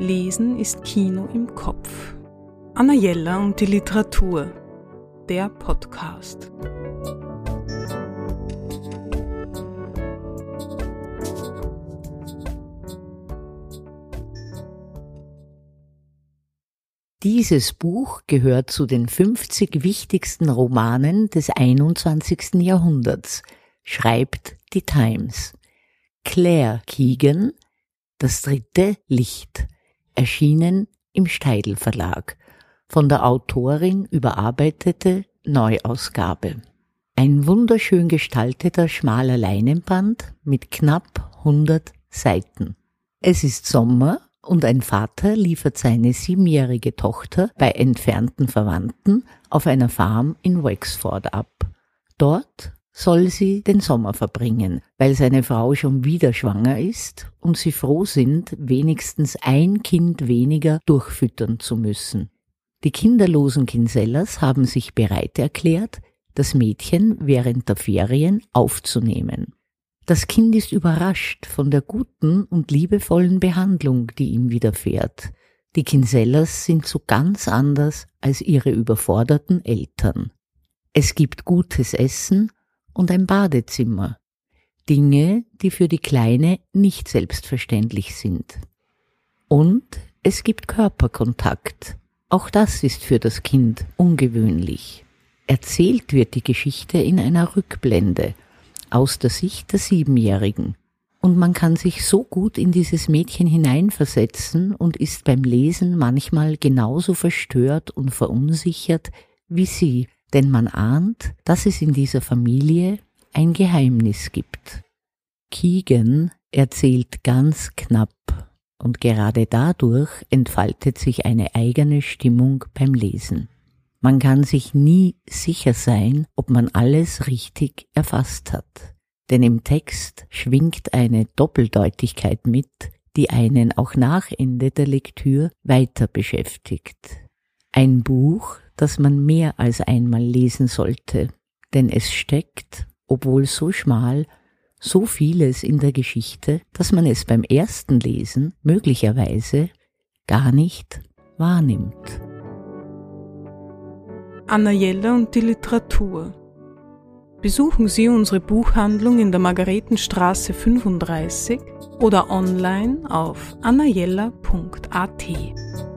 Lesen ist Kino im Kopf. Anna Jeller und die Literatur. Der Podcast. Dieses Buch gehört zu den 50 wichtigsten Romanen des 21. Jahrhunderts, schreibt die Times. Claire Keegan, Das dritte Licht, erschienen im Steidl Verlag, von der Autorin überarbeitete Neuausgabe. Ein wunderschön gestalteter schmaler Leinenband mit knapp 100 Seiten. Es ist Sommer und ein Vater liefert seine 7-jährige Tochter bei entfernten Verwandten auf einer Farm in Wexford ab. Dort soll sie den Sommer verbringen, weil seine Frau schon wieder schwanger ist und sie froh sind, wenigstens ein Kind weniger durchfüttern zu müssen. Die kinderlosen Kinsellas haben sich bereit erklärt, das Mädchen während der Ferien aufzunehmen. Das Kind ist überrascht von der guten und liebevollen Behandlung, die ihm widerfährt. Die Kinsellas sind so ganz anders als ihre überforderten Eltern. Es gibt gutes Essen und ein Badezimmer. Dinge, die für die Kleine nicht selbstverständlich sind. Und es gibt Körperkontakt. Auch das ist für das Kind ungewöhnlich. Erzählt wird die Geschichte in einer Rückblende aus der Sicht der 7-Jährigen. Und man kann sich so gut in dieses Mädchen hineinversetzen und ist beim Lesen manchmal genauso verstört und verunsichert wie sie, denn man ahnt, dass es in dieser Familie ein Geheimnis gibt. Keegan erzählt ganz knapp und gerade dadurch entfaltet sich eine eigene Stimmung beim Lesen. Man kann sich nie sicher sein, ob man alles richtig erfasst hat. Denn im Text schwingt eine Doppeldeutigkeit mit, die einen auch nach Ende der Lektüre weiter beschäftigt. Ein Buch, das man mehr als einmal lesen sollte, denn es steckt, obwohl so schmal, so vieles in der Geschichte, dass man es beim ersten Lesen möglicherweise gar nicht wahrnimmt. Anna Jeller und die Literatur. Besuchen Sie unsere Buchhandlung in der Margaretenstraße 35 oder online auf annajeller.at.